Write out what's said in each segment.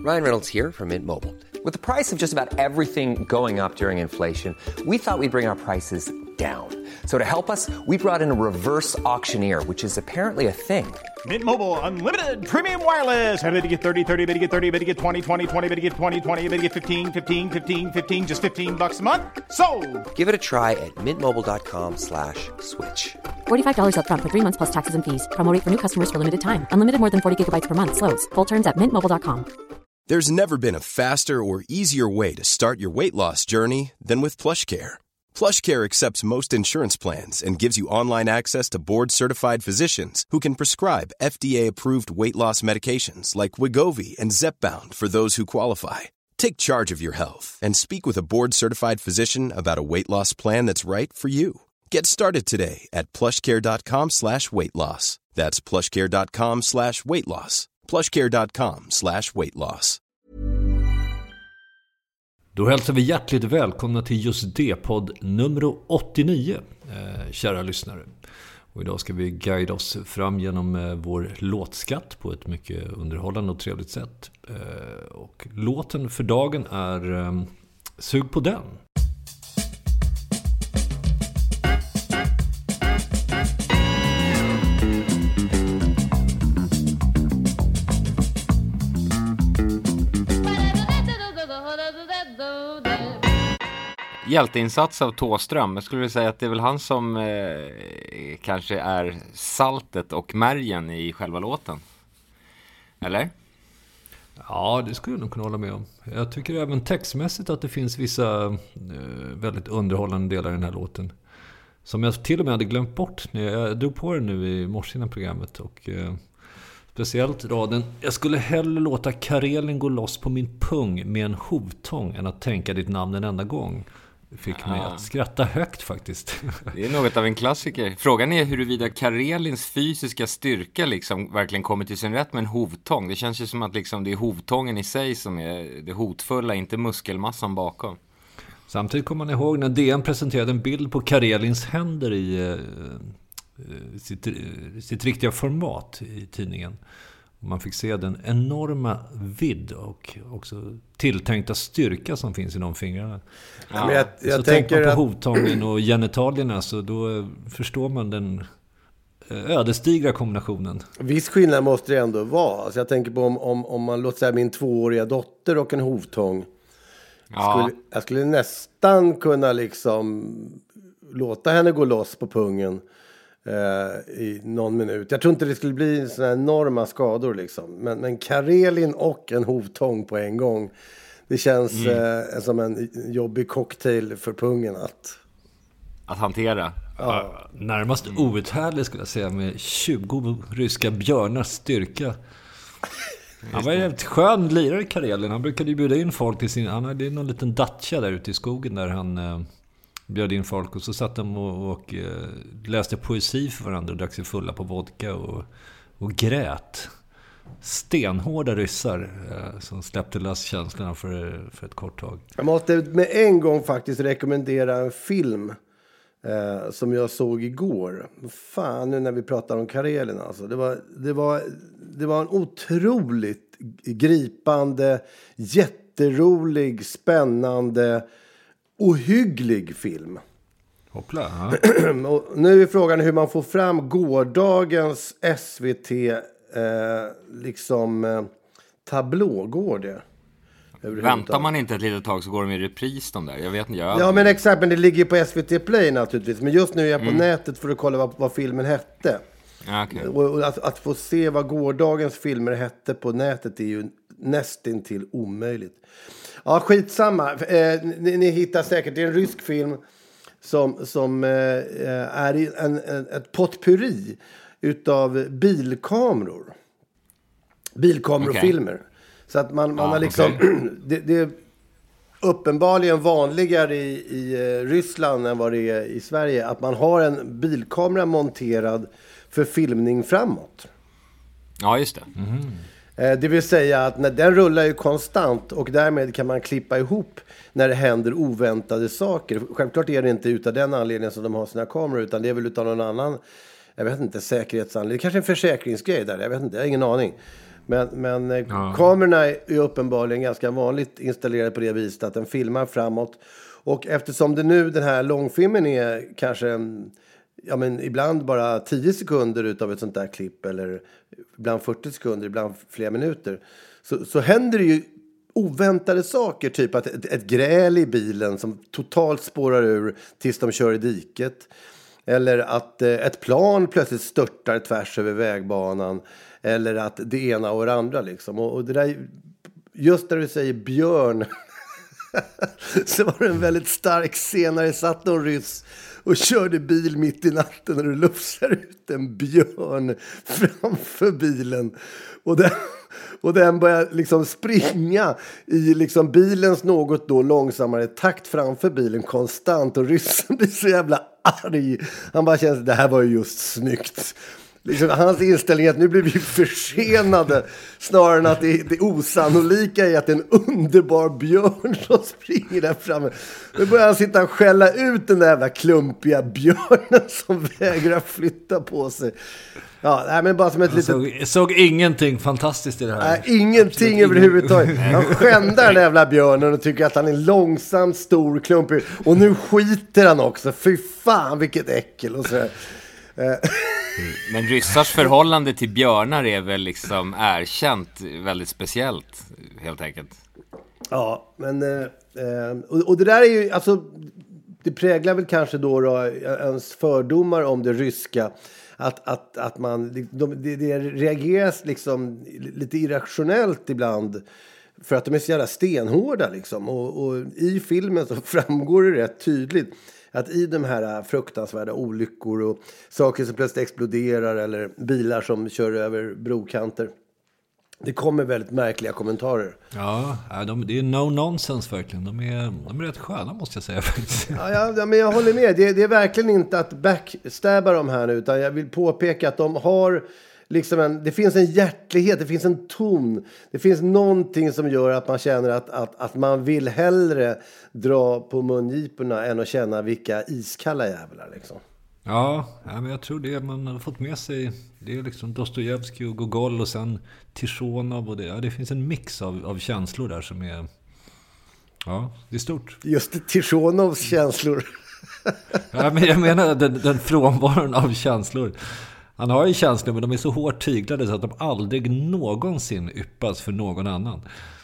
Ryan Reynolds here from Mint Mobile. With the price of just about everything going up during inflation, we thought we'd bring our prices down. So to help us, we brought in a reverse auctioneer, which is apparently a thing. Mint Mobile Unlimited Premium Wireless. How to get 30, 30, bit to get 30, bit to get 20, 20, 20, bit to get 20, 20, bit to get 15, 15, 15, 15, just $15 a month? Sold! Give it a try at mintmobile.com/switch. $45 up front for 3 months plus taxes and fees. Promo rate for new customers for limited time. Unlimited more than 40 gigabytes per month. Slows full terms at mintmobile.com. There's never been a faster or easier way to start your weight loss journey than with PlushCare. PlushCare accepts most insurance plans and gives you online access to board-certified physicians who can prescribe FDA-approved weight loss medications like Wegovy and Zepbound for those who qualify. Take charge of your health and speak with a board-certified physician about a weight loss plan that's right for you. Get started today at plushcare.com/weightloss. That's plushcare.com/weightloss. plushcare.com/weightloss. Då hälsar vi hjärtligt välkomna till just det podd nummer 89, kära lyssnare. Och idag ska vi guida oss fram genom vår låtskatt på ett mycket underhållande och trevligt sätt. Och låten för dagen är Sug på den. Hjälteinsats av Thåström. Jag skulle säga att det är väl han som kanske är saltet och märgen i själva låten. Eller? Ja, det skulle jag nog kunna hålla med om. Jag tycker även textmässigt att det finns vissa väldigt underhållande delar i den här låten. Som jag till och med hade glömt bort när jag drog på den nu i morse innan programmet. Och speciellt raden: jag skulle hellre låta Karelen gå loss på min pung med en hovtång än att tänka ditt namn en enda gång. Fick mig att skratta högt faktiskt. Det är något av en klassiker. Frågan är huruvida Karelins fysiska styrka liksom verkligen kommer till sin rätt med en hovtång. Det känns ju som att liksom det är hovtången i sig som är det hotfulla, inte muskelmassan bakom. Samtidigt kommer man ihåg när DN presenterade en bild på Karelins händer i sitt riktiga format i tidningen. Och man fick se den enorma vidd och också tilltänkta styrka som finns i de fingrarna. Ja, men jag tänker man på hovtången och genitalierna, så då förstår man den ödesdigra kombinationen. Viss skillnad måste det ändå vara. Alltså jag tänker på om man låter säga min 2-åriga dotter och en hovtång. Ja. Jag skulle nästan kunna liksom låta henne gå loss på pungen i någon minut. Jag tror inte det skulle bli såna enorma skador liksom. Men Karelin och en hovtång på en gång, det känns som en jobbig cocktail för pungen att hantera. Ja. Närmast outhärdlig skulle jag säga, med 20 ryska björnars styrka. Han var en helt skön lirare, Karelin. Han brukade ju bjuda in folk till sin... Han hade någon liten dacha där ute i skogen där han bjöd in folk. Och så satt de och läste poesi för varandra och drack sig fulla på vodka och grät. Stenhårda ryssar som släppte lös känslorna för ett kort tag. Jag måste med en gång faktiskt rekommendera en film som jag såg igår. Fan, nu när vi pratar om Karelin alltså. Det var en otroligt gripande, jätterolig, spännande, ohygglig film. Hoppla. Och nu är frågan hur man får fram gårdagens SVT tablå. Går det? Väntar man inte ett litet tag så går de i repris de där. Jag vet inte. Ja, men exakt, men det ligger på SVT Play naturligtvis. Men just nu är jag på nätet för att kolla vad filmen hette. Okay. Och att få se vad gårdagens filmer hette på nätet är ju nästintill omöjligt. Ja, skitsamma. Ni hittar säkert, det är en rysk film som är ett potpurri utav bilkamerofilmer. Okay. Så att man har liksom det är uppenbarligen vanligare i Ryssland än vad det är i Sverige att man har en bilkamera monterad för filmning framåt. Ja, just det. Det vill säga att när den rullar ju konstant och därmed kan man klippa ihop när det händer oväntade saker. Självklart är det inte utav den anledningen som de har sina kameror, utan det är väl utav någon annan, jag vet inte, säkerhetsanledning. Det kanske är en försäkringsgrej där, jag vet inte, jag har ingen aning. Men kamerorna är uppenbarligen ganska vanligt installerade på det viset att den filmar framåt. Och eftersom den här långfilmen är kanske ibland bara 10 sekunder utav ett sånt där klipp, eller ibland 40 sekunder, ibland flera minuter, så händer det ju oväntade saker, typ att ett gräl i bilen som totalt spårar ur tills de kör i diket, eller att ett plan plötsligt störtar tvärs över vägbanan, eller att det ena och det andra liksom. Och det där, just där du säger björn så var det en väldigt stark scen när det satt någon ryss och körde bil mitt i natten och du lufsar ut en björn framför bilen. Och den börjar liksom springa i liksom bilens något då långsammare takt framför bilen konstant. Och ryssen blir så jävla arg. Han bara känner att det här var ju just snyggt. Liksom, hans inställning är att nu blir vi försenade snarare än att det osannolika är att det är en underbar björn som springer där framme. Nu börjar han sitta och skälla ut den där jävla klumpiga björnen som vägrar flytta på sig. Ja, nej, men bara som ett litet... Såg ingenting fantastiskt i det här. Nej, ingenting överhuvudtaget. Han skändar den jävla björnen och tycker att han är långsam, stor, klumpig. Och nu skiter han också. Fy fan, vilket äckel och så. Men ryssars förhållande till björnar är väl liksom erkänt väldigt speciellt, helt enkelt. Ja, men och det där är ju, alltså, det präglar väl kanske då ens fördomar om det ryska, att man det reageras liksom lite irrationellt ibland för att de är så jävla stenhårda liksom. Och i filmen så framgår det rätt tydligt att i de här fruktansvärda olyckor och saker som plötsligt exploderar eller bilar som kör över brokanter, det kommer väldigt märkliga kommentarer. Ja, det är no nonsense verkligen. De är rätt sköna, måste jag säga faktiskt. Ja, men jag håller med. Det är verkligen inte att backstabba dem här nu, utan jag vill påpeka att de har liksom det finns en hjärtlighet, det finns en ton, det finns någonting som gör att man känner att man vill hellre dra på mungiporna än att känna vilka iskalla jävlar liksom. Ja, men jag tror det man har fått med sig, det är liksom Dostojevskij och Gogol och sen Tikhonov och det finns en mix av känslor där som är, det är stort. Just det, Tikhonovs känslor. Ja, men jag menar den frånvaron av känslor. Han har ju känslor, men de är så hårt tyglade så att de aldrig någonsin yppas för någon annan.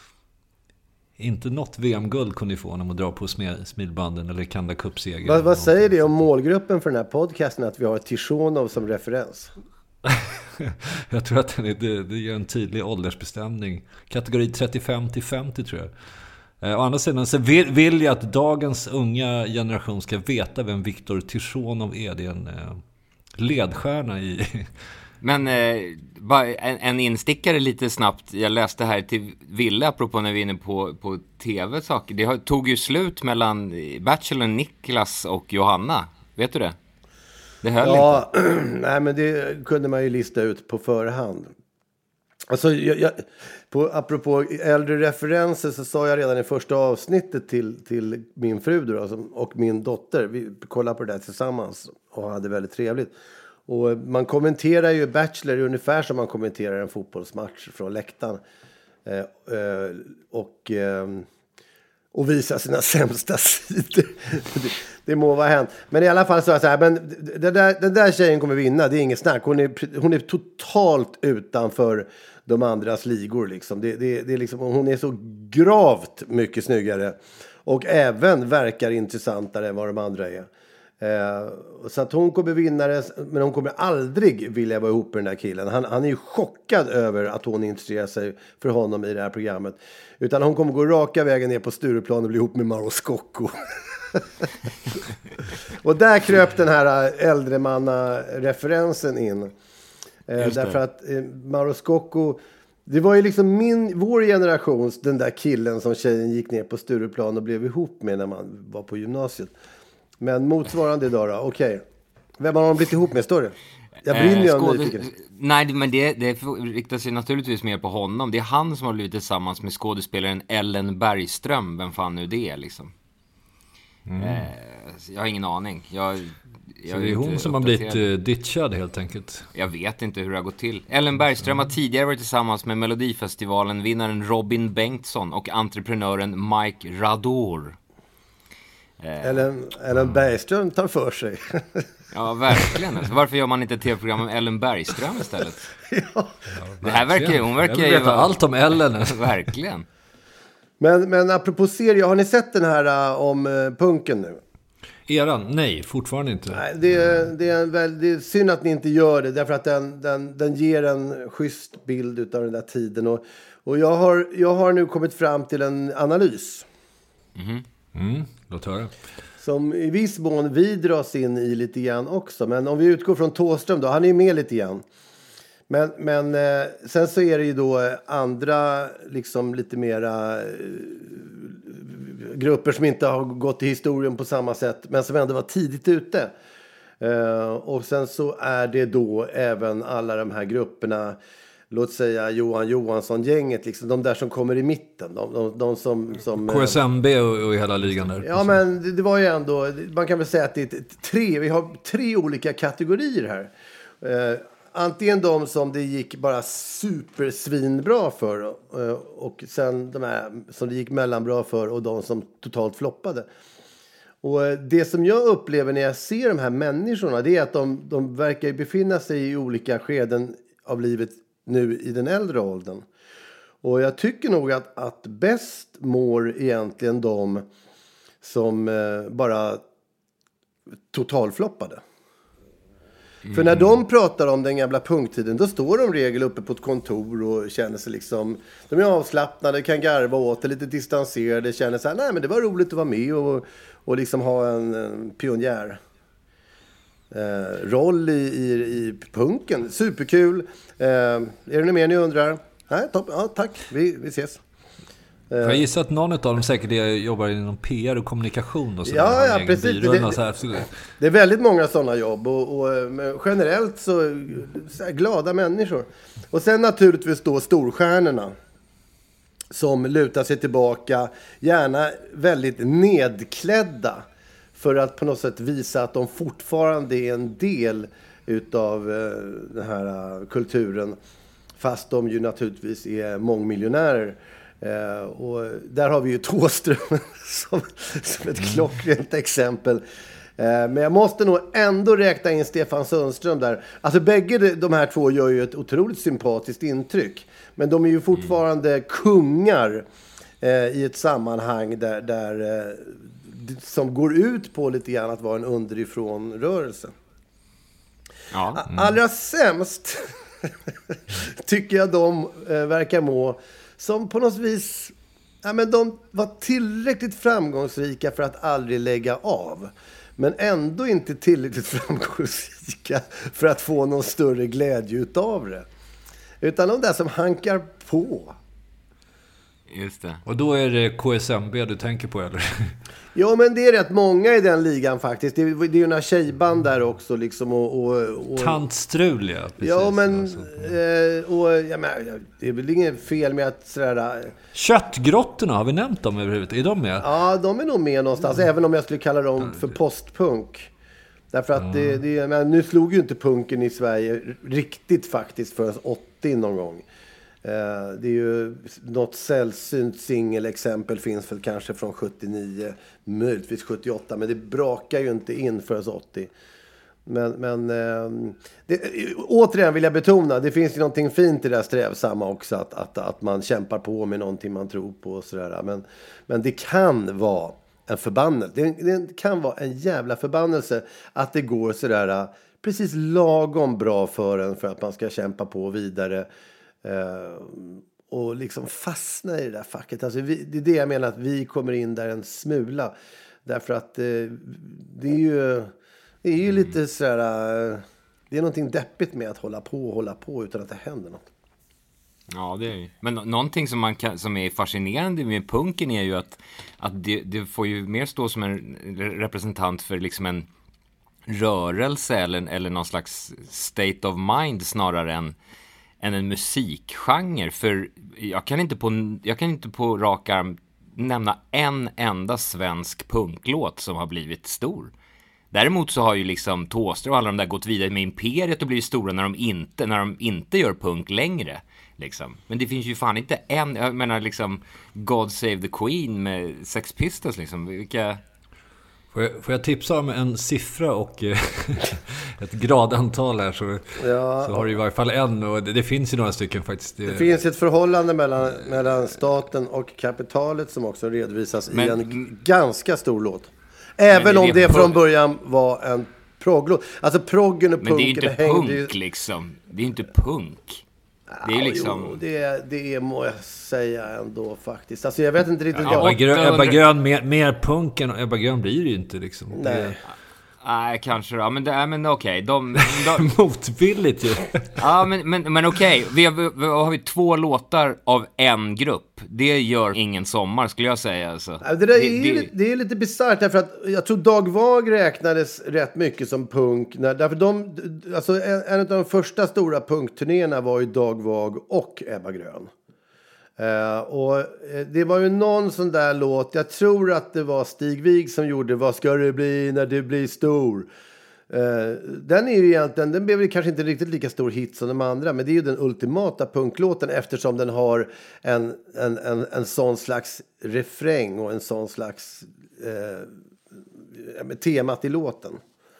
Inte något VM-guld kunde få honom att dra på smilbanden eller Canada Cup-seger. Vad säger det om målgruppen för den här podcasten att vi har Tikhonov som referens? Jag tror att det ger en tydlig åldersbestämning. Kategori 35-50 tror jag. Å andra sidan så vill jag att dagens unga generation ska veta vem Viktor Tikhonov är. Det är en ledstjärna i... Men bara en instickare lite snabbt. Jag läste här till Ville, apropå när vi är inne på tv-saker. Det tog ju slut mellan Bachelor Niklas och Johanna. Vet du det? Det höll inte. Nej, men det kunde man ju lista ut på förhand. Alltså, apropå äldre referenser så sa jag redan i första avsnittet till min fru då, och min dotter. Vi kollade på det där tillsammans och hade väldigt trevligt. Och man kommenterar ju Bachelor ungefär som man kommenterar en fotbollsmatch från läktaren. Och visar sina sämsta sidor. Det må vara hänt. Men i alla fall så här, men den där tjejen kommer vinna, det är inget snack. Hon är totalt utanför de andras ligor liksom. Det är liksom, hon är så gravt mycket snyggare och även verkar intressantare än vad de andra är. Så att hon kommer vinna det, men hon kommer aldrig vilja vara ihop med den där killen. Han är ju chockad över att hon intresserar sig för honom i det här programmet. Utan hon kommer gå raka vägen ner på Stureplan och bli ihop med Mauro Scocco. Och där kröp den här äldremanna-referensen in. Därför att Mauro Scocco, det var ju liksom vår generations, den där killen som tjejen gick ner på Stureplan och blev ihop med när man var på gymnasiet. Men motsvarande idag då, okej. Vem har de blivit ihop med, står det? Jag brinner ju av nyfikenhet. Nej, men det riktar sig naturligtvis mer på honom. Det är han som har blivit tillsammans med skådespelaren Ellen Bergström. Vem fan nu det är liksom? Jag har ingen aning. Så det är hon som har blivit ditchad helt enkelt. Jag vet inte hur det har gått till. Ellen Bergström har tidigare varit tillsammans med Melodifestivalen-vinnaren Robin Bengtsson och entreprenören Mike Rador. Ellen Bergström tar för sig. Ja, verkligen. Alltså, varför gör man inte ett tv-program om Ellen Bergström istället? Ja. Det här verkar, hon verkar ju veta allt om Ellen. Verkligen. Men apropå serier, har ni sett den här om punken nu? Eran? Nej, fortfarande inte. Nej, det är synd att ni inte gör det, därför att den ger en schysst bild av den där tiden. Och jag har nu kommit fram till en analys. Låt höra. Som i viss mån vi dras in i lite grann också. Men om vi utgår från Thåström då, han är ju med lite grann. Men sen så är det ju då andra liksom lite mera grupper som inte har gått i historien på samma sätt, men som ändå var tidigt ute. Och sen så är det då även alla de här grupperna, låt säga Johan Johansson-gänget, liksom, de där som kommer i mitten. De som KSMB och hela ligan där. Ja, men det var ju ändå, man kan väl säga att det är vi har 3 olika kategorier här. Antingen de som det gick bara supersvinbra för, och sen de här som det gick mellanbra för, och de som totalt floppade. Och det som jag upplever när jag ser de här människorna, det är att de verkar befinna sig i olika skeden av livet nu i den äldre åldern. Och jag tycker nog att bäst mår egentligen de som bara totalfloppade. För när de pratar om den gamla punkttiden, då står de regel uppe på ett kontor och känner sig liksom, de är avslappnade, kan garva åt det, lite distanserade, känner så här, nej men det var roligt att vara med och liksom ha en pionjär roll i punken. Superkul. Är det något mer ni undrar? Nej, topp. Ja, tack. Vi ses. Jag gissar att någon av dem säkert jobbar inom PR och kommunikation och ja, precis. Det är väldigt många sådana jobb och generellt så här glada människor. Och sen naturligtvis då storstjärnorna som lutar sig tillbaka, gärna väldigt nedklädda, för att på något sätt visa att de fortfarande är en del utav den här kulturen, fast de ju naturligtvis är mångmiljonärer. Och där har vi ju Thåström som ett klockrent exempel. Men jag måste nog ändå räkna in Stefan Sundström där. Alltså bägge de här två gör ju ett otroligt sympatiskt intryck. Men de är ju fortfarande kungar i ett sammanhang där som går ut på lite grann att vara en underifrån-rörelse. Ja. Allra sämst tycker jag de verkar må som på något vis, ja, men de var tillräckligt framgångsrika för att aldrig lägga av. Men ändå inte tillräckligt framgångsrika för att få någon större glädje utav det. Utan de där som hankar på. Just det. Och då är det KSMB du tänker på, eller? Ja, men det är rätt många i den ligan faktiskt. Det är ju några tjejband där också liksom. Och Tantstrul, ja. Precis, ja, men det är väl inget fel med att sådär. Köttgrottorna, har vi nämnt dem överhuvudtaget? Är de med? Ja, de är nog med någonstans. Även om jag skulle kalla dem för postpunk. Därför att men nu slog ju inte punken i Sverige riktigt faktiskt förrän 80 någon gång. Det är ju något sällsynt singelexempel finns väl kanske från 79, möjligtvis 78, men det brakar ju inte in förrän 80. Men återigen vill jag betona, det finns ju någonting fint i det där strävsamma också, att man kämpar på med någonting man tror på och sådär. Men det kan vara en förbannelse. Det kan vara en jävla förbannelse att det går sådär precis lagom bra för en för att man ska kämpa på vidare. Och liksom fastna i det där facket. Alltså det är det jag menar, att vi kommer in där en smula. Därför att det är ju lite sådär, det är någonting deppigt med att hålla på utan att det händer något. Ja, det är ju. Men någonting som är fascinerande med punken är ju att det får ju mer stå som en representant för liksom en rörelse eller någon slags state of mind snarare än en musikgenre. För jag kan inte på rak arm nämna en enda svensk punklåt som har blivit stor. Däremot så har ju liksom Thåström och alla de där gått vidare med Imperiet och blivit stora när de inte gör punk längre. Liksom. Men det finns ju fan inte jag menar liksom God Save the Queen med Sex Pistols liksom. Vilka... Får jag tipsa om en siffra och ett gradantal här så har du i varje fall en, och det finns ju några stycken faktiskt. Det finns ett förhållande mellan staten och kapitalet som också redovisas i en ganska stor låt. Även om det från början var en progglåt. Alltså proggen och punken. Men det är inte punk liksom. Det är inte punk. Det är liksom... Jo, det må jag säga ändå faktiskt. Alltså jag vet inte riktigt... Ebba Grön mer punk än Ebba Grön blir det ju inte liksom. Nej. Nej, kanske då. Men okej. Motvilligt ju. Ja, men okej. Vi har 2 låtar av en grupp. Det gör ingen sommar, skulle jag säga. Alltså. Det är lite bisarrt, därför att jag tror Dag Vag räknades rätt mycket som punk. Alltså en av de första stora punkturnéerna var ju Dag Vag och Ebba Grön. Och det var ju någon sån där låt, jag tror att det var Stig Wig som gjorde Vad ska det bli när du blir stor. Den är ju egentligen, den blev väl kanske inte riktigt lika stor hit som de andra, men det är ju den ultimata punklåten eftersom den har en sån slags refräng och en sån slags temat i låten.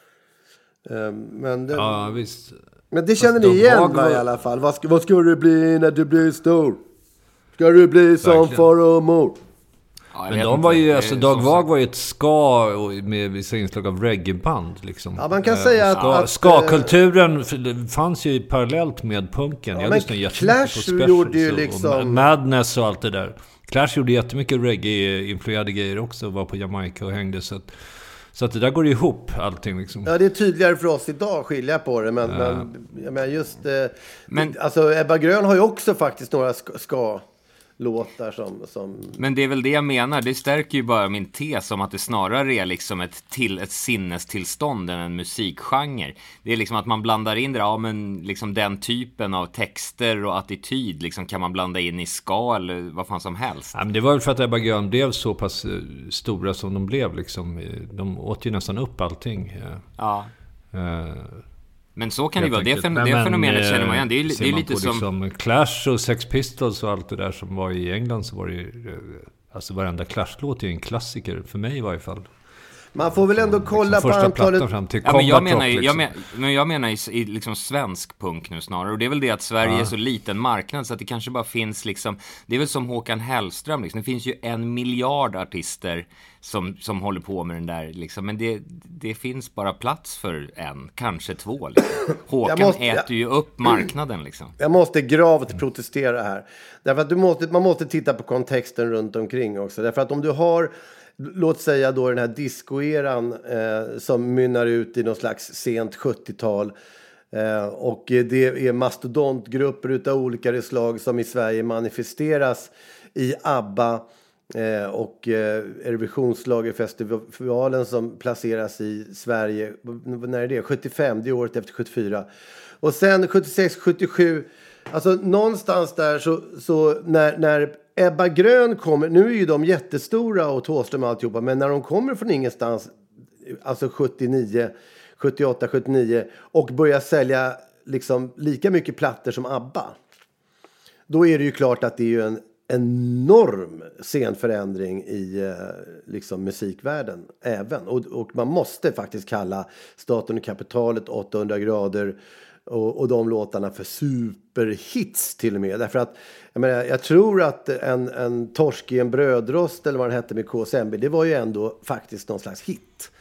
Ja, visst. Men det känner ni igen i alla fall. Vad ska det bli när du blir stor? Ska du bli som far och mor? Ja, men de var ju, alltså Dag Vag var ju ett ska med vissa inslag av reggaeband liksom. Ja, man kan säga att ska-kulturen fanns ju parallellt med punken. Ja, jag men Clash gjorde ju liksom Madness och allt det där. Clash gjorde jättemycket reggae-influerade grejer också, var på Jamaica och hängde, så att det där går ihop allting liksom. Ja, det är tydligare för oss idag att skilja på det, men jag menar just alltså Ebba Grön har ju också faktiskt några ska-låtar som... Men det är väl det jag menar, det stärker ju bara min tes om att det snarare är liksom ett sinnestillstånd än en musikgenre. Det är liksom att man blandar in det, ja men liksom den typen av texter och attityd liksom kan man blanda in i ska eller vad fan som helst. Ja, men det var väl för att Ebba Grön blev så pass stora som de blev liksom. De åt ju nästan upp allting. Ja. Men så kan det vara. Det fenomenet känner man igen. Det är lite som... Liksom Clash och Sex Pistols och allt det där som var i England, så var det ju... Alltså varenda Clash-låt är ju en klassiker, för mig i varje fall. Man får väl ändå kolla liksom på antalet... Fram till jag menar i liksom svensk punk nu snarare. Och det är väl det att Sverige är så liten marknad, så att det kanske bara finns liksom... Det är väl som Håkan Hellström liksom. Det finns ju 1 miljard artister som håller på med den där liksom. Men det finns bara plats för kanske 2 liksom. Håkan äter ju upp marknaden liksom. Jag måste gravt protestera här. Därför att man måste titta på kontexten runt omkring också. Därför att om du har... Låt säga då den här discoeran som mynnar ut i någon slags sent 70-tal. Och det är mastodontgrupper utav olika slag som i Sverige manifesteras i ABBA och Eurovisionsschlagerfestivalen som placeras i Sverige. När är det? 75, det är året efter 74. Och sen 76, 77, alltså någonstans där så när Ebba Grön kommer, nu är ju de jättestora och Thåström och alltihopa, men när de kommer från ingenstans, alltså 79, 78, 79 och börjar sälja liksom lika mycket plattor som ABBA, då är det ju klart att det är ju en enorm scenförändring i liksom musikvärlden även. Och man måste faktiskt kalla Staten och kapitalet, 800 grader och de låtarna för superhits till och med. Därför att jag tror att en torsk i en brödrost eller vad den hette med KSMB, det var ju ändå faktiskt någon slags hit.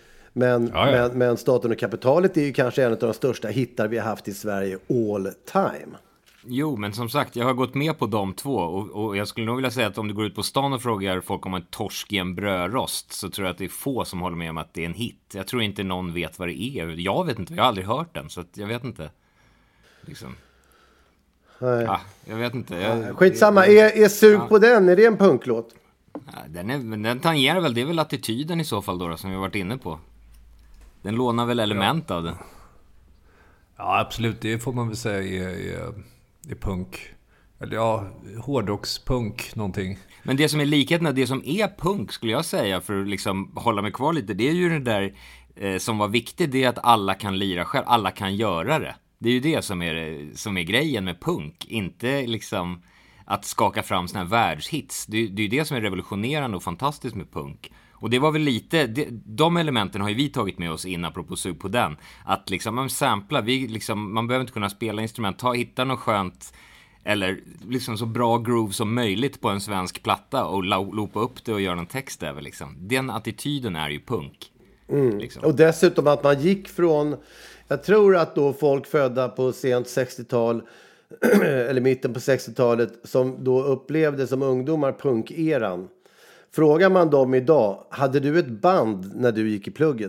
Men Staten och kapitalet är ju kanske en av de största hittar vi har haft i Sverige all time. Jo, men som sagt, jag har gått med på de 2 och jag skulle nog vilja säga att om du går ut på stan och frågar folk om en torsk i en brödrost, så tror jag att det är få som håller med om att det är en hit. Jag tror inte någon vet vad det är. Jag vet inte, jag har aldrig hört den, så att jag vet inte. Liksom. Nej. Jag vet inte. Skitsamma, är sug på den? Är det en punklåt? Den tangerar väl, det är väl attityden i så fall då som vi har varit inne på. Den lånar väl element av den. Ja, absolut. Det får man väl säga är punk. Eller hårdrockspunk någonting. Men det som är likheten, det som är punk skulle jag säga, för att liksom hålla mig kvar lite, det är ju det där som var viktig, det är att alla kan lira själv, alla kan göra det. Det är ju det som är grejen med punk, inte liksom att skaka fram såna här världshits. Det är ju det som är revolutionerande och fantastiskt med punk. Och det var väl lite, de elementen har ju vi tagit med oss in, apropå sug på den. Att liksom, man samplar, man behöver inte kunna spela instrument, hitta något skönt eller liksom så bra groove som möjligt på en svensk platta och loopa upp det och göra en text över liksom. Den attityden är ju punk. Liksom. Och dessutom att man gick från, jag tror att då folk födda på sent 60-tal eller mitten på 60-talet som då upplevde som ungdomar punkeran. Frågar man dem idag, hade du ett band när du gick i plugget?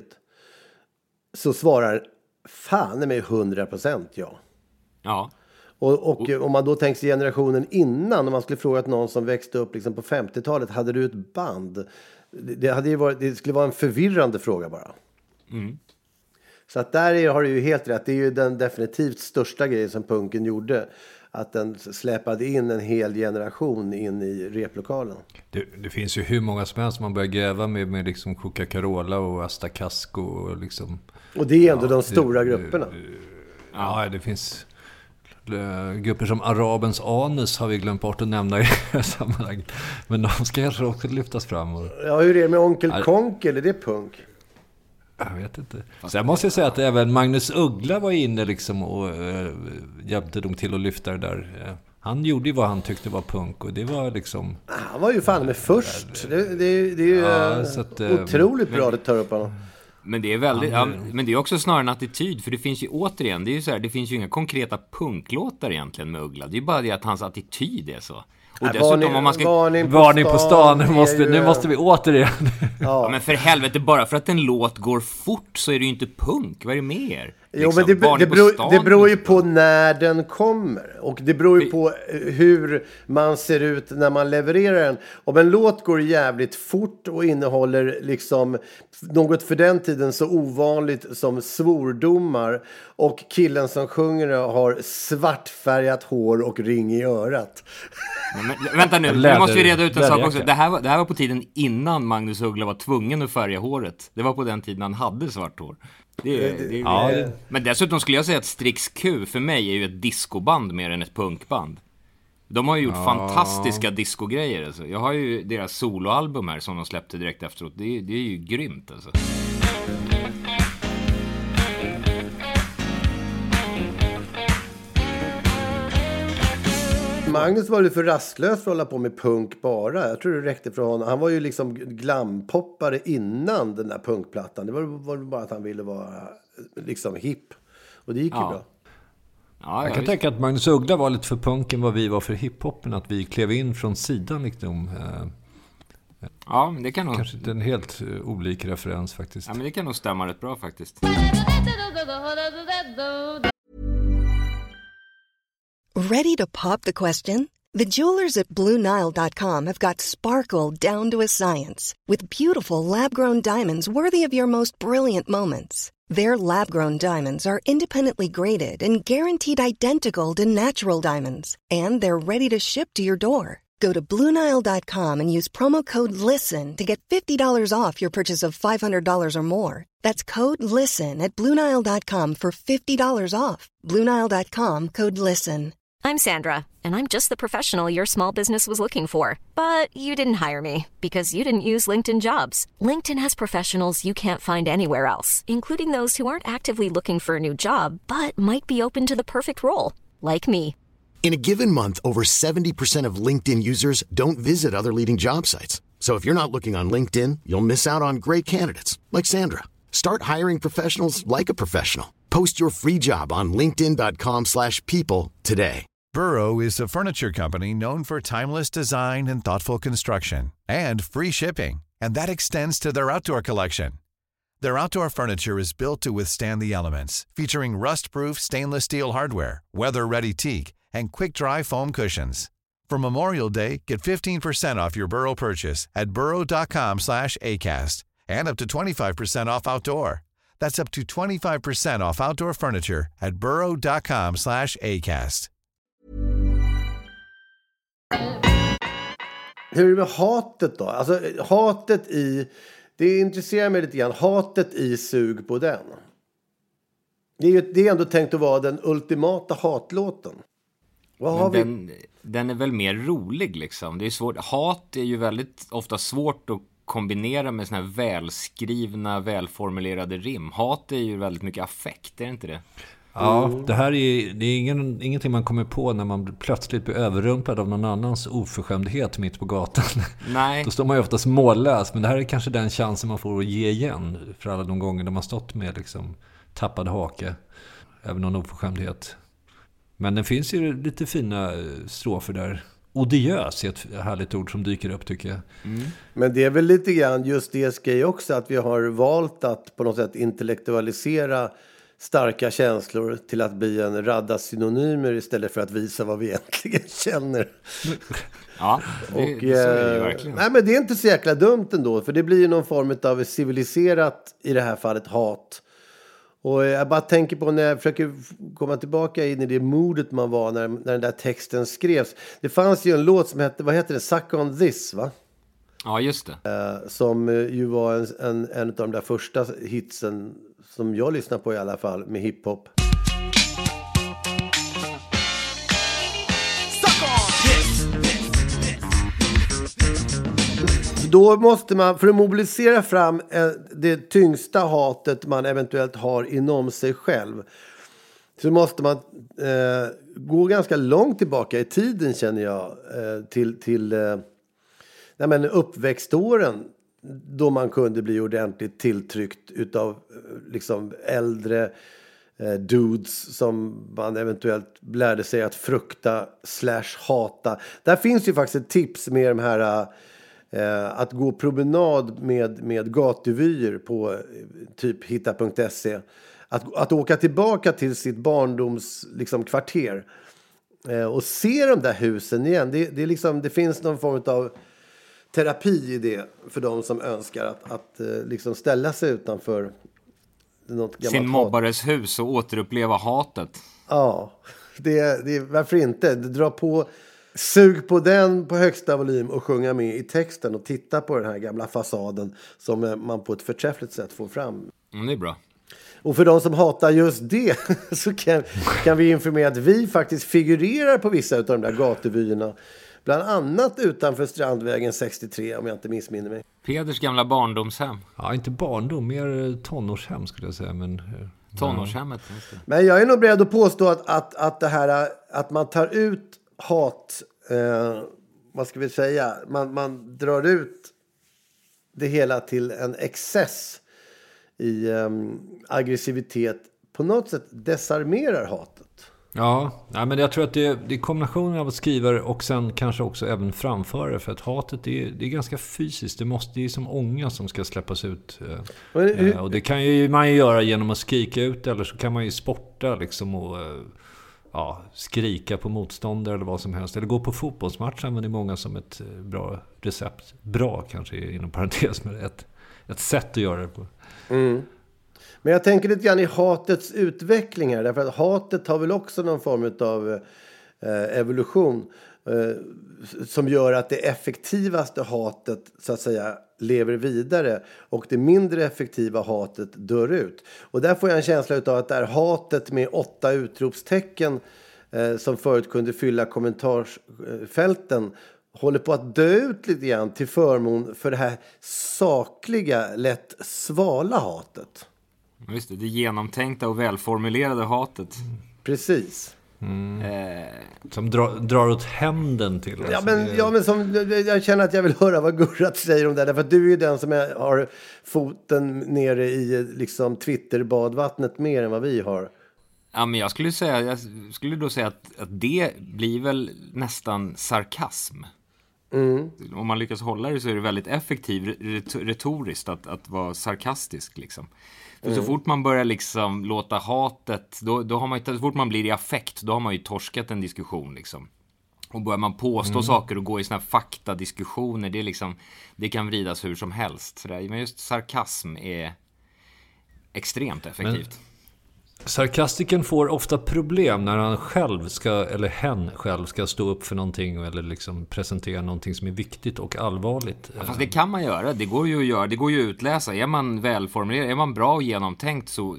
Så svarar fan med 100% ja. Ja. Och om man då tänker sig generationen innan, om man skulle fråga någon som växte upp liksom på 50-talet, hade du ett band? Det skulle vara en förvirrande fråga bara. Så att där har du ju helt rätt. Det är ju den definitivt största grejen som punken gjorde. Att den släpade in en hel generation in i replokalen. Det finns ju hur många som helst man börjar gräva med liksom Coca-Cola och Asta Casco och liksom. Och det är ändå de stora grupperna. Ja, det finns grupper som Arabens Anus har vi glömt bort att nämna i sammanhanget. Men de ska kanske också lyftas fram. Ja, hur är det med Onkel Konkel? Är det punk? Jag vet inte. Sen måste jag säga att även Magnus Uggla var inne liksom och hjälpte dem till att lyfta det där. Han gjorde ju vad han tyckte var punk och det var liksom. Han var ju fan med först. Det är ju otroligt bra att ta upp honom. Men det är väldigt, men det är också snarare en attityd, för det finns ju återigen, det är ju så här, det finns ju inga konkreta punklåtar egentligen med Uggla. Det är bara det att hans attityd är så. Och dessutom om man ska varning på stan nu måste vi återigen. Ja, men för helvete, bara för att en låt går fort så är det ju inte punk. Vad är det mer? Jo, men det beror ju på när den kommer. Och det beror ju på hur man ser ut när man levererar den. Om en låt går jävligt fort och innehåller liksom något för den tiden så ovanligt som svordomar, och killen som sjunger har svartfärgat hår och ring i örat. Men, vänta nu måste vi reda ut en sak också. Det här var på tiden innan Magnus Uggla var tvungen att färga håret. Det var på den tiden han hade svart hår. Men dessutom skulle jag säga att Strix Q för mig är ju ett discoband mer än ett punkband. De har ju gjort fantastiska discogrejer alltså. Jag har ju deras soloalbum här som de släppte direkt efteråt. Det är ju grymt alltså. Magnus var ju för rastlös för att hålla på med punk bara. Jag tror det räckte för honom. Han var ju liksom glampoppare innan den där punkplattan. Det var bara att han ville vara liksom hipp. Och det gick ju bra. Ja, jag kan tänka att Magnus Uggla var lite för punken vad vi var för hiphoppen. Att vi klev in från sidan liksom. Ja, det kan nog. Kanske inte en helt olik referens faktiskt. Ja, men det kan nog stämma rätt bra faktiskt. Ready to pop the question? The jewelers at BlueNile.com have got sparkle down to a science with beautiful lab-grown diamonds worthy of your most brilliant moments. Their lab-grown diamonds are independently graded and guaranteed identical to natural diamonds, and they're ready to ship to your door. Go to BlueNile.com and use promo code LISTEN to get $50 off your purchase of $500 or more. That's code LISTEN at BlueNile.com for $50 off. BlueNile.com, code LISTEN. I'm Sandra, and I'm just the professional your small business was looking for. But you didn't hire me because you didn't use LinkedIn Jobs. LinkedIn has professionals you can't find anywhere else, including those who aren't actively looking for a new job, but might be open to the perfect role, like me. In a given month, over 70% of LinkedIn users don't visit other leading job sites. So if you're not looking on LinkedIn, you'll miss out on great candidates like Sandra. Start hiring professionals like a professional. Post your free job on linkedin.com/people today. Burrow is a furniture company known for timeless design and thoughtful construction and free shipping, and that extends to their outdoor collection. Their outdoor furniture is built to withstand the elements, featuring rust-proof stainless steel hardware, weather-ready teak, and quick-dry foam cushions. For Memorial Day, get 15% off your Burrow purchase at burrow.com/acast, and up to 25% off outdoor. That's up to 25% off outdoor furniture at burrow.com/acast. Hur är det med hatet då? Alltså hatet i Det intresserar mig lite grann. Hatet i Sug på den. Det är ändå tänkt att vara den ultimata hatlåten. Vad har vi? Den är väl mer rolig liksom. Det är svårt. Hat är ju väldigt ofta svårt att kombinera med såna här välskrivna, välformulerade rim. Hat är ju väldigt mycket affekt, är det inte det? Ja, det här är ingenting man kommer på när man plötsligt blir överrumplad av någon annans oförskämdhet mitt på gatan. Nej. Då står man ju oftast mållös, men det här är kanske den chansen man får att ge igen för alla de gånger de har stått med liksom tappad hake, även någon oförskämdhet. Men det finns ju lite fina strofer där. Odiös är ett härligt ord som dyker upp, tycker jag. Men det är väl lite grann just det grej också, att vi har valt att på något sätt intellektualisera starka känslor till att bli en radda synonymer istället för att visa vad vi egentligen känner. Ja, så är det verkligen. Nej, men det är inte så jäkla dumt ändå, för det blir ju någon form av civiliserat, i det här fallet, hat. Och jag bara tänker på när jag försöker komma tillbaka in i det modet man var när den där texten skrevs. Det fanns ju en låt som hette, vad heter det? Suck on this, va? Ja, just det. Som ju var en av de där första hitsen som jag lyssnar på i alla fall, med hiphop. Då måste man, för att mobilisera fram det tyngsta hatet man eventuellt har inom sig själv, så måste man gå ganska långt tillbaka i tiden, känner jag, till uppväxtåren, då man kunde bli ordentligt tilltryckt utav liksom äldre dudes som man eventuellt lärde sig att frukta / hata. Där finns ju faktiskt ett tips med de här att gå promenad med gatuvyer på typ hitta.se. Att åka tillbaka till sitt barndoms liksom kvarter och se de där husen igen. Det är liksom, det finns någon form av terapi i det för de som önskar att liksom ställa sig utanför något gammalt sin mobbares hus och återuppleva hatet. Ja, det varför inte? Dra på, sug på den på högsta volym och sjunga med i texten och titta på den här gamla fasaden som man på ett förträffligt sätt får fram. Det är bra. Och för de som hatar just det så kan vi informera att vi faktiskt figurerar på vissa av de där gatuvyerna. Bland annat utanför Strandvägen 63, om jag inte missminner mig. Peders gamla barndomshem. Ja, inte barndom, mer tonårshem skulle jag säga. Men, tonårshemmet. Men jag är nog beredd att påstå att det här, att man tar ut hat, vad ska vi säga, man drar ut det hela till en excess i aggressivitet, på något sätt desarmerar hatet. Ja, men jag tror att det är kombinationen av att skriva och sen kanske också även framföra, för att hatet det är ganska fysiskt. Det är som ånga som ska släppas ut. Och det kan ju man ju göra genom att skrika ut, eller så kan man ju sporta liksom och skrika på motståndare eller vad som helst. Eller gå på fotbollsmatchen, men det är många som ett bra recept. Bra kanske inom parentes, med ett sätt att göra det på. Mm. Men jag tänker lite grann i hatets utveckling här. Därför att hatet har väl också någon form av evolution. Som gör att det effektivaste hatet så att säga lever vidare. Och det mindre effektiva hatet dör ut. Och där får jag en känsla av att det här hatet med 8 utropstecken som förut kunde fylla kommentarsfälten håller på att dö ut lite grann till förmån för det här sakliga, lätt svala hatet. Just det genomtänkta och välformulerade hatet. Precis. Som drar åt händen till. Men som, jag känner att jag vill höra vad Gurrat säger om det. Därför att du är ju den som har foten nere i liksom Twitter-badvattnet mer än vad vi har. Ja, men jag skulle då säga att det blir väl nästan sarkasm. Om man lyckas hålla det så är det väldigt effektivt retoriskt att vara sarkastisk liksom. För så fort man börjar liksom låta hatet, då har man, så fort man blir i affekt, då har man ju torskat en diskussion liksom. Och börjar man påstå saker och gå i såna här faktadiskussioner, det är liksom, det kan vridas hur som helst. Men just sarkasm är extremt effektivt. Sarkastiken får ofta problem när han själv eller hen själv ska stå upp för någonting eller liksom presentera någonting som är viktigt och allvarligt. Ja, fast det kan man göra. Det går ju att göra. Det går ju att utläsa. Är man välformulerad, är man bra och genomtänkt så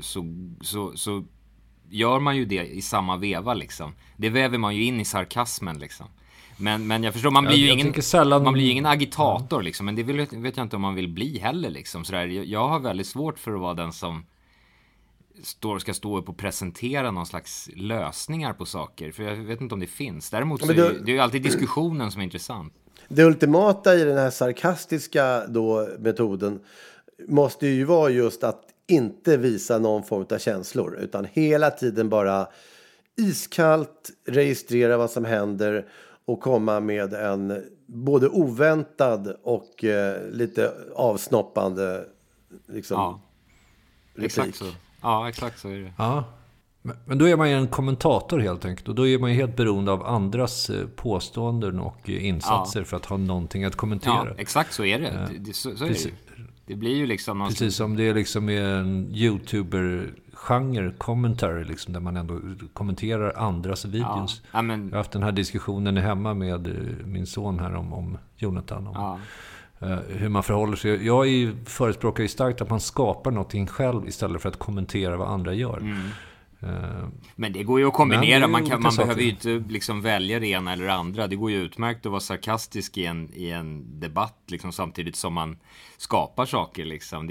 gör man ju det i samma veva liksom. Det väver man ju in i sarkasmen liksom. Men jag förstår, man blir ju ingen agitator liksom, men det vet jag inte om man vill bli heller liksom. Så där, jag har väldigt svårt för att vara den som ska stå upp och presentera någon slags lösningar på saker, för jag vet inte om det finns. Däremot så det är ju alltid diskussionen som är intressant. Det ultimata i den här sarkastiska då metoden måste ju vara just att inte visa någon form av känslor, utan hela tiden bara iskallt registrera vad som händer och komma med en både oväntad och lite avsnoppande liksom, replik. Exakt så. Ja, exakt så är det. Ja. Men då är man ju en kommentator helt enkelt. Och då är man ju helt beroende av andras påståenden och insatser för att ha någonting att kommentera. Ja, exakt så är det. Så är det. Det blir ju liksom någon... Precis som det är liksom en YouTuber-genre, commentary, liksom, där man ändå kommenterar andras videos. Ja, men... Jag har haft den här diskussionen hemma med min son här om Jonathan. Hur man förhåller sig. Jag förespråkar ju starkt att man skapar någonting själv istället för att kommentera vad andra gör. Men det går ju att kombinera. Man behöver ju inte liksom välja det ena eller det andra. Det går ju utmärkt att vara sarkastisk i en debatt liksom, samtidigt som man skapar saker liksom.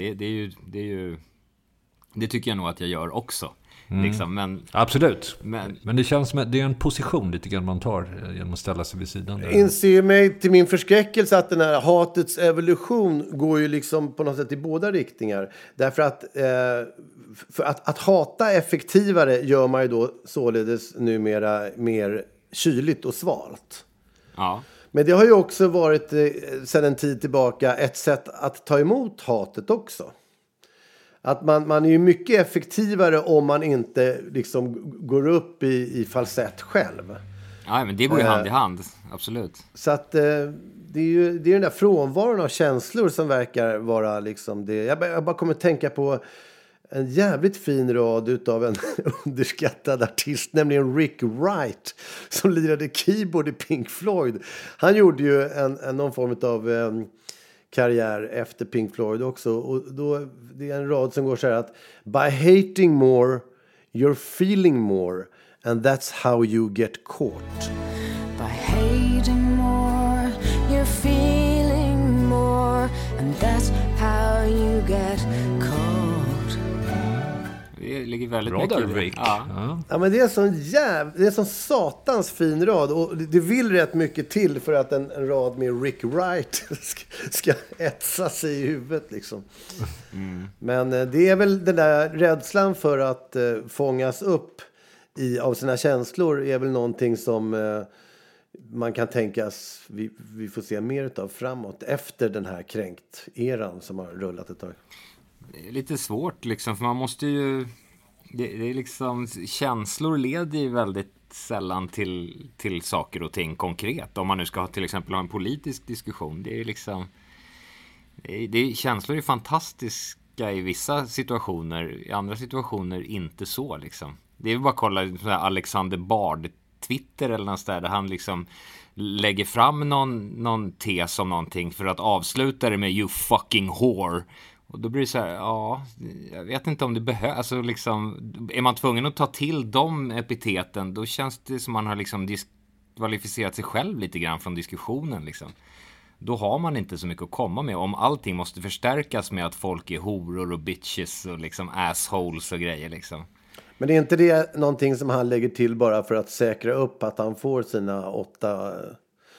Det tycker jag nog att jag gör också. Liksom, men, absolut. Men det känns som att det är en position lite grann man tar genom att ställa sig vid sidan. Jag inser mig till min förskräckelse att den här hatets evolution går ju liksom på något sätt i båda riktningar. Därför att för att hata effektivare gör man ju då således numera mer kyligt och svalt. Ja. Men det har ju också varit sedan en tid tillbaka ett sätt att ta emot hatet också. Att man är ju mycket effektivare om man inte liksom går upp i falsett själv. Ja, men det går ju hand i hand, absolut. Så att det är den där frånvaron av känslor som verkar vara liksom det. Jag bara kommer att tänka på en jävligt fin rad utav en underskattad artist, nämligen Rick Wright, som lirade keyboard i Pink Floyd. Han gjorde ju någon form av karriär efter Pink Floyd också, och då det är en rad som går så här att by hating more you're feeling more and that's how you get caught. By hating more you're feeling more and that's how you get caught. Det ligger väldigt bra mycket där, Rick. Ja, men det är sån satans fin rad, och det vill rätt mycket till för att en rad med Rick Wright ska etsa sig i huvudet liksom. Men det är väl den där rädslan för att fångas upp av sina känslor är väl någonting som man kan tänkas vi får se mer utav framåt efter den här kränkt-eran som har rullat ett tag. Det är lite svårt liksom, för man måste ju det är liksom, känslor leder ju väldigt sällan till saker och ting konkret. Om man nu ska ha till exempel en politisk diskussion, det är liksom känslor är fantastiska i vissa situationer, i andra situationer inte så liksom. Det är bara att kolla Alexander Bard Twitter eller något där han liksom lägger fram någon tes om någonting för att avsluta det med you fucking whore. Och då blir det så här, jag vet inte om det behövs. Alltså liksom, är man tvungen att ta till de epiteten, då känns det som man har liksom diskvalificerat sig själv lite grann från diskussionen liksom. Då har man inte så mycket att komma med. Om allting måste förstärkas med att folk är horor och bitches och liksom assholes och grejer liksom. Men det är inte det någonting som han lägger till bara för att säkra upp att han får sina 8,000?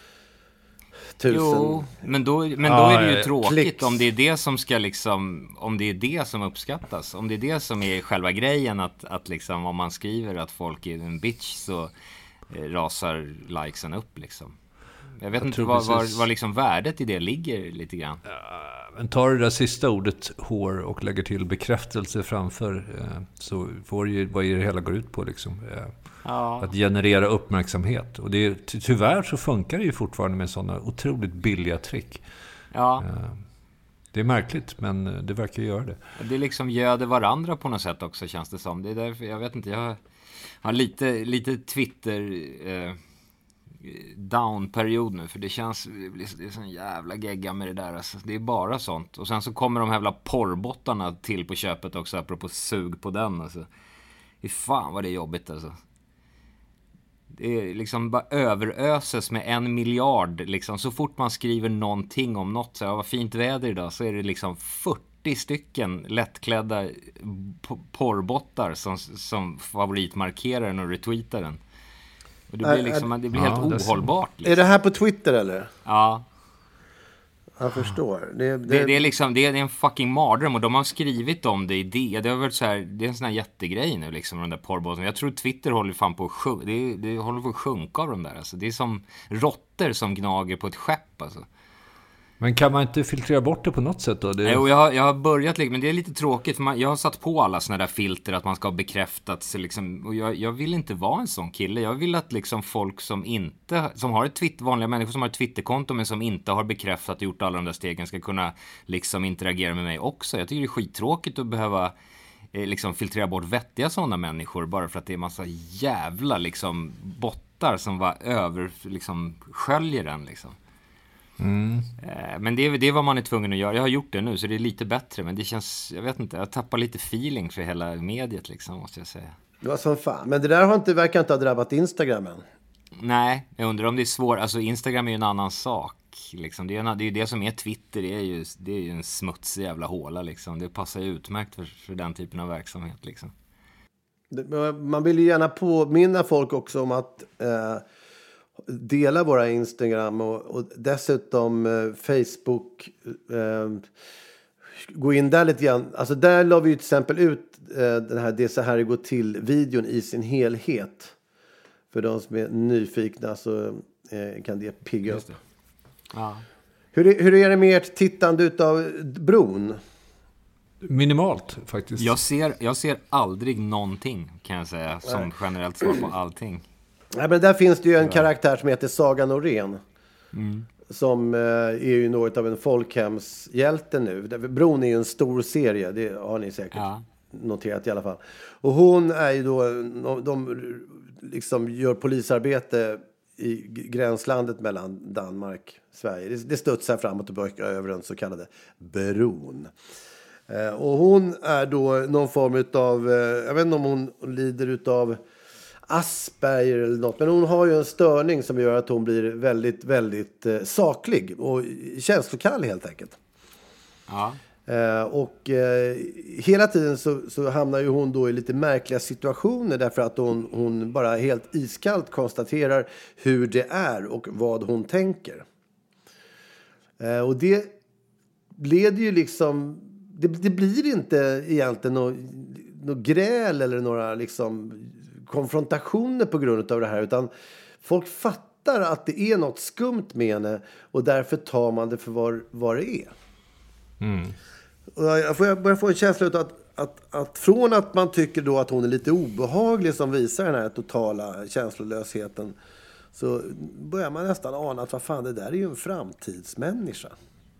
Jo, men då är det ju tråkigt klicks. Om det är det som ska liksom, om det är det som uppskattas, om det är det som är själva grejen, att liksom om man skriver att folk är en bitch så rasar likesen upp liksom. Jag vet inte vad liksom värdet i det ligger lite grann. Men tar du det där sista ordet hår och lägger till bekräftelse framför, så får ju vad det hela går ut på liksom. Att generera uppmärksamhet. Och tyvärr så funkar det ju fortfarande med sådana otroligt billiga trick. Ja. Det är märkligt, men det verkar göra det. Det liksom göder varandra på något sätt också, känns det som. Det är därför, jag vet inte, jag har lite Twitter down-period nu. För det är sån jävla gegga med det där. Alltså. Det är bara sånt. Och sen så kommer de här jävla porrbottarna till på köpet också, apropå sug på den. Alltså. Fy fan vad det är jobbigt alltså. Det är liksom bara överöses med 1 miljard liksom. Så fort man skriver någonting om något, så här, vad fint väder idag, så är det liksom 40 stycken lättklädda porrbottar som favoritmarkerar den och retweetar den. Och det blir liksom, det blir helt ohållbart liksom. Är det här på Twitter eller? Ja. Jag förstår. Det är liksom, det är en fucking mardröm, och de har skrivit om det i det har varit så här, det är en sån här jättegrej nu liksom, de där porrbåtarna. Jag tror Twitter håller fan på att det håller på att sjunka av de där alltså. Det är som råttor som gnager på ett skepp alltså. Men kan man inte filtrera bort det på något sätt då? Jo, jag har börjat, men det är lite tråkigt för jag har satt på alla såna där filter att man ska ha bekräftat liksom, och jag vill inte vara en sån kille. Jag vill att liksom folk som har ett vanliga människor som har ett Twitterkonto men som inte har bekräftat och gjort alla de där stegen ska kunna liksom interagera med mig också. Jag tycker det är skittråkigt att behöva liksom filtrera bort vettiga sådana människor bara för att det är massa jävla liksom bottar som var liksom sköljer den liksom. Men det är vad man är tvungen att göra. Jag har gjort det nu så det är lite bättre, men det känns, jag vet inte, jag tappar lite feeling för hela mediet liksom, måste jag säga. Det var som fan. Men det där verkar inte ha drabbat Instagram än. Nej, jag undrar om det är svårt. Alltså Instagram är ju en annan sak liksom. Det är ju det som är Twitter, det är ju en smutsig jävla håla liksom. Det passar ju utmärkt för den typen av verksamhet liksom. Man vill ju gärna påminna folk också om att dela våra Instagram och dessutom Facebook, gå in där lite grann. Alltså där la vi ju till exempel ut den här Det så här det går till-videon i sin helhet. För de som är nyfikna så kan det pigga upp. Ja. Hur är det med ert tittande utav Bron? Minimalt faktiskt. Jag ser aldrig någonting, kan jag säga, som generellt svar på allting. Nej, men där finns det ju en karaktär som heter Saga Norén. Som är ju något av en folkhemshjälte nu. Bron är ju en stor serie, det har ni säkert noterat i alla fall. Och hon är ju då, de liksom gör polisarbete i gränslandet mellan Danmark och Sverige. Det studsar fram och tillbaka över den så kallade bron. Och hon är då någon form av, jag vet inte om hon lider utav Asperger eller något, men hon har ju en störning som gör att hon blir väldigt, väldigt saklig och känslokall helt enkelt. Ja. Och hela tiden så hamnar ju hon då i lite märkliga situationer därför att hon bara helt iskallt konstaterar hur det är och vad hon tänker. Och det leder ju liksom, det blir inte egentligen något gräl eller några liksom konfrontationer på grund av det här, utan folk fattar att det är något skumt med henne och därför tar man det för vad det är. Och jag börjar få en känsla av att från att man tycker då att hon är lite obehaglig som visar den här totala känslolösheten, så börjar man nästan ana att vad fan, det där är ju en framtidsmänniska.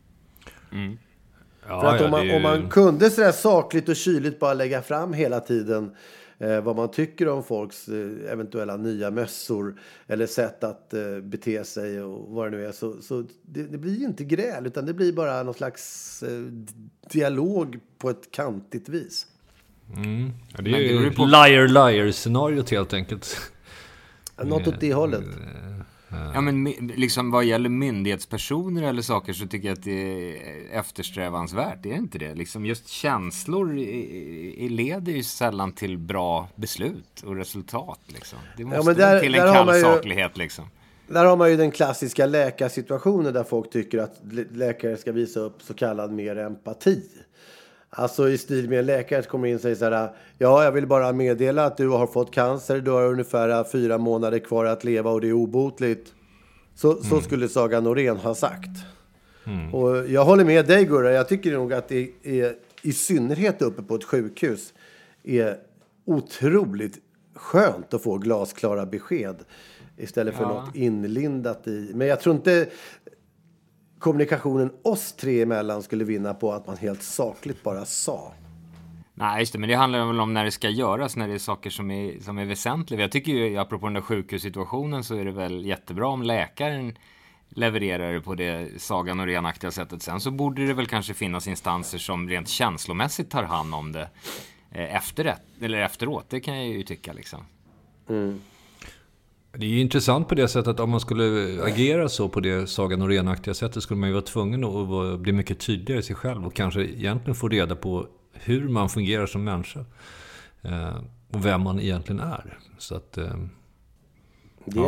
Ja, för att om man kunde sådär sakligt och kyligt bara lägga fram hela tiden vad man tycker om folks eventuella nya mössor eller sätt att bete sig och vad det nu är, så det blir ju inte gräl, utan det blir bara någon slags dialog på ett kantigt vis. Ja, det är ju liar-liar-scenariot helt enkelt. Något åt det hållet. Ja, men liksom vad gäller myndighetspersoner eller saker så tycker jag att det är eftersträvansvärt, är det inte det? Liksom just känslor leder ju sällan till bra beslut och resultat liksom. Det måste till en kall saklighet liksom. Där har man ju den klassiska läkarsituationen där folk tycker att läkare ska visa upp så kallad mer empati. Alltså i stil med en läkare som kommer in och säger så här: ja, jag vill bara meddela att du har fått cancer, du har ungefär 4 månader kvar att leva och det är obotligt. Så skulle Saga Norén ha sagt. Och jag håller med dig, Gurra. Jag tycker nog att det är, i synnerhet uppe på ett sjukhus, är otroligt skönt att få glasklara besked istället för något inlindat i. Men jag tror inte... kommunikationen oss tre emellan skulle vinna på att man helt sakligt bara sa. Nej, just det, men det handlar väl om när det ska göras, när det är saker som är väsentliga. Jag tycker ju, apropå den där sjukhussituationen, så är det väl jättebra om läkaren levererar det på det Saga Norén-aktiga sättet. Sen så borde det väl kanske finnas instanser som rent känslomässigt tar hand om det efteråt. Det kan jag ju tycka liksom. Mm. Det är ju intressant på det sättet att om man skulle agera så på det Saga Norén-aktiga sättet skulle man ju vara tvungen att bli mycket tydligare i sig själv och kanske egentligen få reda på hur man fungerar som människa och vem man egentligen är. Så att det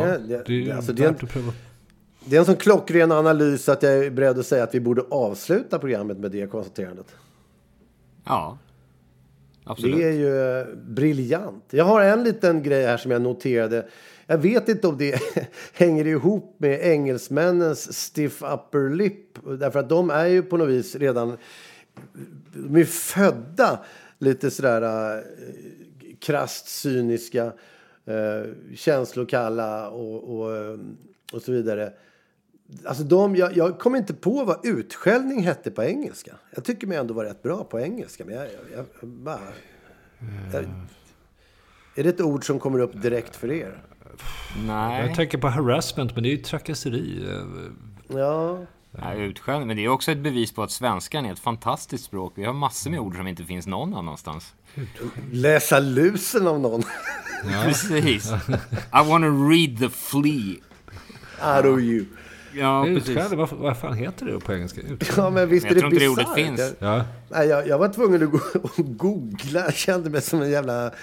är en sån klockren analys att jag är beredd att säga att vi borde avsluta programmet med det konstaterandet. Ja, absolut. Det är ju briljant. Jag har en liten grej här som jag noterade. Jag vet inte om det hänger ihop med engelsmännens stiff upper lip. Därför att de är ju på något vis redan... De är födda lite sådär krasst cyniska, känslokalla och så vidare. Alltså jag kommer inte på vad utskällning hette på engelska. Jag tycker mig ändå var rätt bra på engelska. Men är det ett ord som kommer upp direkt för er? Nej. Jag tänker på harassment, men det är ju trakasseri. Ja. Ja, utskällning, men det är också ett bevis på att svenskan är ett fantastiskt språk. Vi har massor med ord som inte finns någon annanstans. Läsa lusen av någon. Ja. Precis. I want to read the flea out of you. Ja, precis. Vad fan heter det på engelska? Ja, men visst är det tror inte ordet finns. Jag var tvungen att googla. Jag kände mig som en jävla...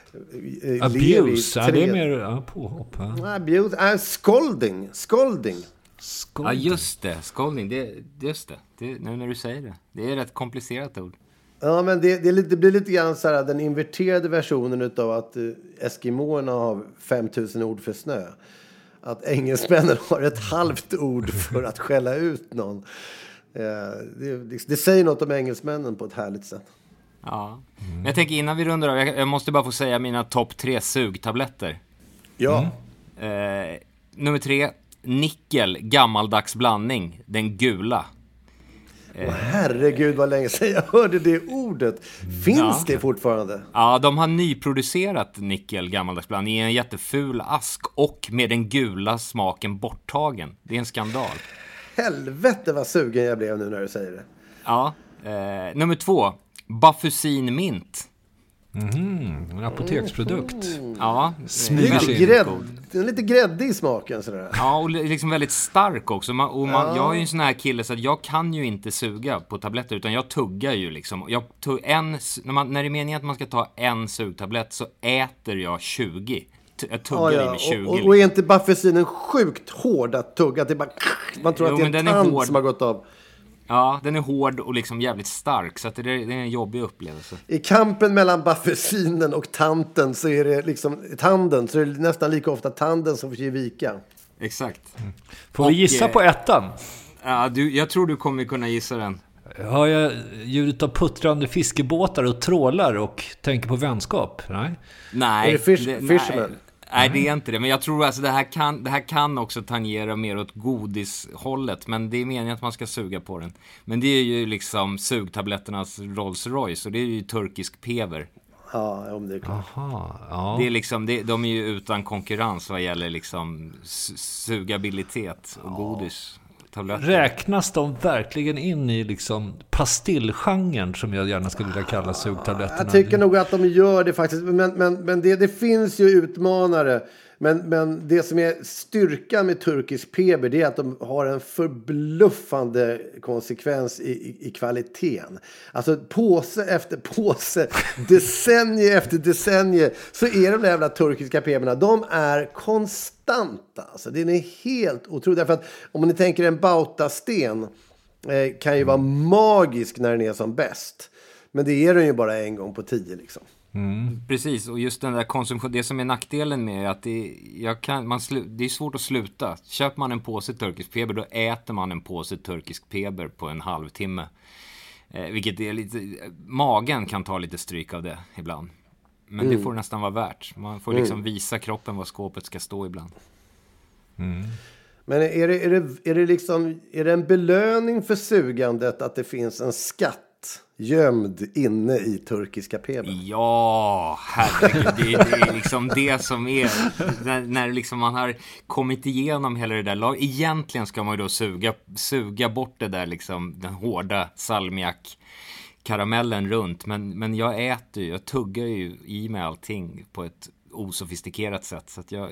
abuse, det är mer påhopp. Abuse, scolding. Ja, just det. Scolding, just det. Nu när du säger det. Det är ett komplicerat ord. Ja, men det blir lite grann så här den inverterade versionen utav att eskimoerna har 5000 ord för snö. Att engelsmännen har ett halvt ord för att skälla ut någon. Det säger något om engelsmännen på ett härligt sätt. Ja. Men jag tänker innan vi rundar av, jag måste bara få säga mina topp 3 sugtabletter. Ja. Nummer 3, nickel, gammaldags blandning, den gula. Herregud vad länge sedan jag hörde det ordet. Finns det fortfarande? Ja, de har nyproducerat nickel, gammaldags blandning i en jätteful ask och med den gula smaken borttagen. Det är en skandal. Helvete vad sugen jag blev nu när du säger det. Ja, nummer 2, Bafusin mint. En apoteksprodukt. Ja, lite gräddig i smaken sådär. Ja, och liksom väldigt stark också. Jag är ju en sån här kille så att jag kan ju inte suga på tabletter utan jag tuggar ju liksom. När det är meningen att man ska ta en sugtablett så äter jag 20. Jag tuggar i med 20. Och är inte Bafusin sjukt hård att tugga? Det är bara, man tror att det är en tand som har gått av. Ja, den är hård och liksom jävligt stark så att det är en jobbig upplevelse. I kampen mellan Bafusinen och tanten så är det liksom tanden, så är det nästan lika ofta tanden som får ge vika. Exakt. Får vi gissa på ettan? Ja, jag tror du kommer kunna gissa den. Har jag ljudet av puttrande fiskebåtar och trålar och tänker på vänskap? Nej. Är det Fisherman? Nej, det är inte det. Men jag tror alltså det här kan också tangera mer åt godishållet. Men det är meningen att man ska suga på den. Men det är ju liksom sugtabletternas Rolls Royce. Och det är ju turkisk pever. Ja, om det är klart. Aha, ja. Det är liksom, de är ju utan konkurrens vad gäller liksom sugabilitet och godis. Tabletter. Räknas de verkligen in i liksom pastillgenren som jag gärna skulle vilja kalla sugtabletterna? Jag tycker nog att de gör det faktiskt. Men det finns ju utmanare. Men det som är styrkan med turkisk peber, det är att de har en förbluffande konsekvens i kvaliteten. Alltså påse efter påse, decennier efter decennier, så är de där jävla turkiska peberna, de är konstanta. Alltså det är helt otroligt. Därför att om ni tänker en bautasten kan ju vara magisk när den är som bäst. Men det är den ju bara en gång på 10 liksom. Precis, och just den där konsumtion, det som är nackdelen med att det är svårt att sluta. Köper man en påse turkisk peber, då äter man en påse turkisk peber på en halvtimme. Vilket är lite, magen kan ta lite stryk av det ibland. Men det får nästan vara värt. Man får liksom visa kroppen var skåpet ska stå ibland. Men är det en belöning för sugandet att det finns en skatt gömd inne i turkiska peben? Ja, herregud. Det är liksom det som är när liksom man har kommit igenom hela det där. Egentligen ska man ju då suga bort det där liksom, den hårda salmiak-karamellen runt. Men jag tuggar ju i mig allting på ett osofistikerat sätt. Så att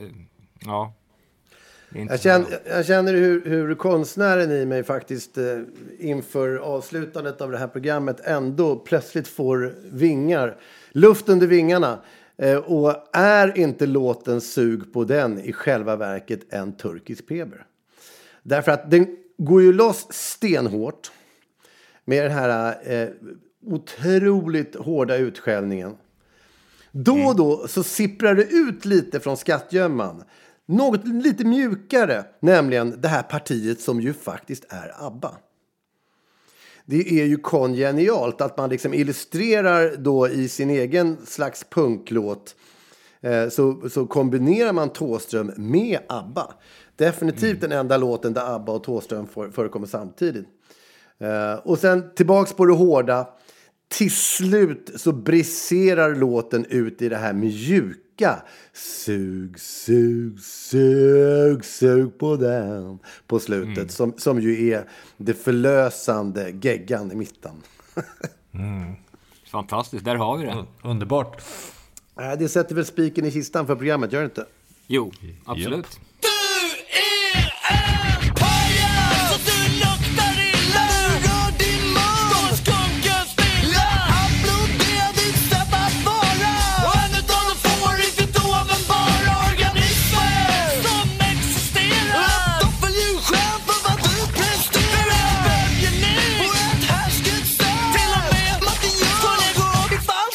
jag känner hur konstnären i mig faktiskt inför avslutandet av det här programmet ändå plötsligt får vingar. Luft under vingarna. Och är inte låten Sug på den i själva verket en turkisk peber? Därför att den går ju loss stenhårt med den här otroligt hårda utskällningen. Då och då så sipprar det ut lite från skattgömman. Något lite mjukare, nämligen det här partiet som ju faktiskt är ABBA. Det är ju kongenialt att man liksom illustrerar då i sin egen slags punklåt, så kombinerar man Thåström med ABBA. Definitivt den enda låten där ABBA och Thåström förekommer samtidigt. Och sen tillbaks på det hårda. Till slut så briserar låten ut i det här mjuka. Sug på den på slutet. Som ju är det förlösande geggan i mitten. Fantastiskt, där har vi det. Underbart. Det sätter väl spiken i kistan för programmet, gör det inte? Jo, absolut. Yep.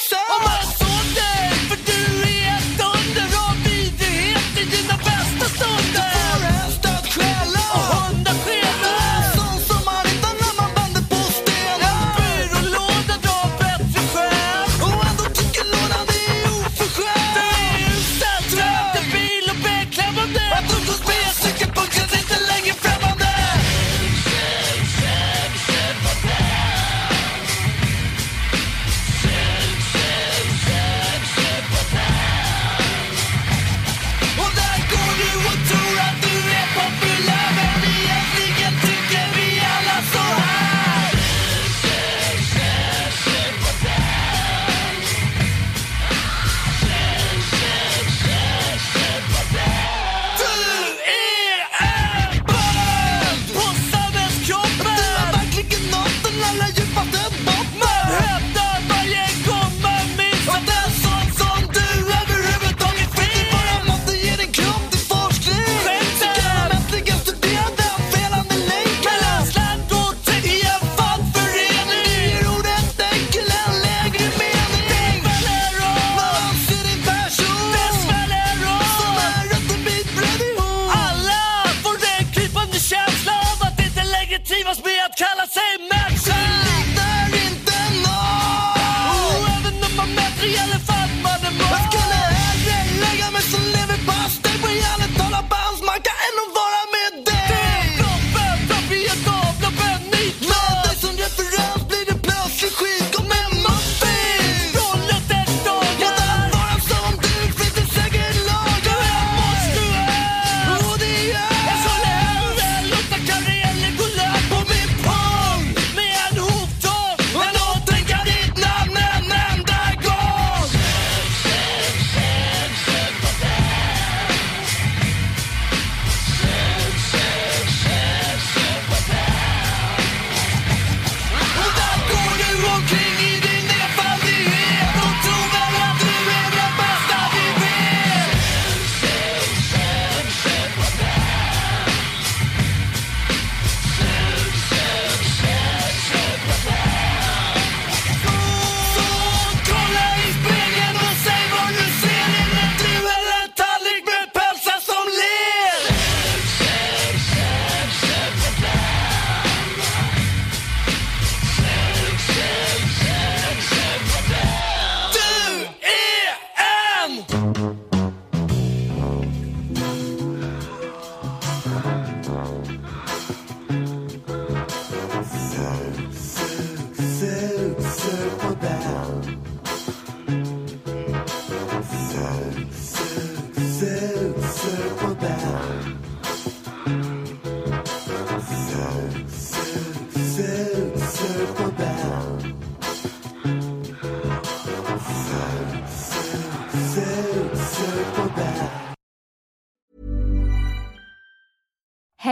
För du är ett under av vidrighet i dina bästa stund.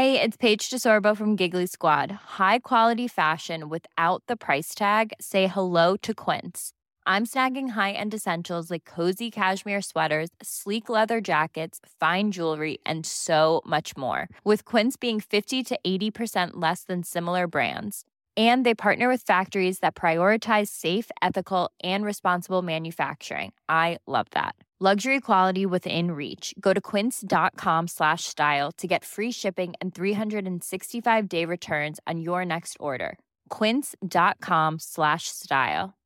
Hey, it's Paige DeSorbo from Giggly Squad. High quality fashion without the price tag. Say hello to Quince. I'm snagging high-end essentials like cozy cashmere sweaters, sleek leather jackets, fine jewelry, and so much more. With Quince being 50 to 80% less than similar brands. And they partner with factories that prioritize safe, ethical, and responsible manufacturing. I love that. Luxury quality within reach. Go to quince.com/style to get free shipping and 365-day returns on your next order. Quince.com/style.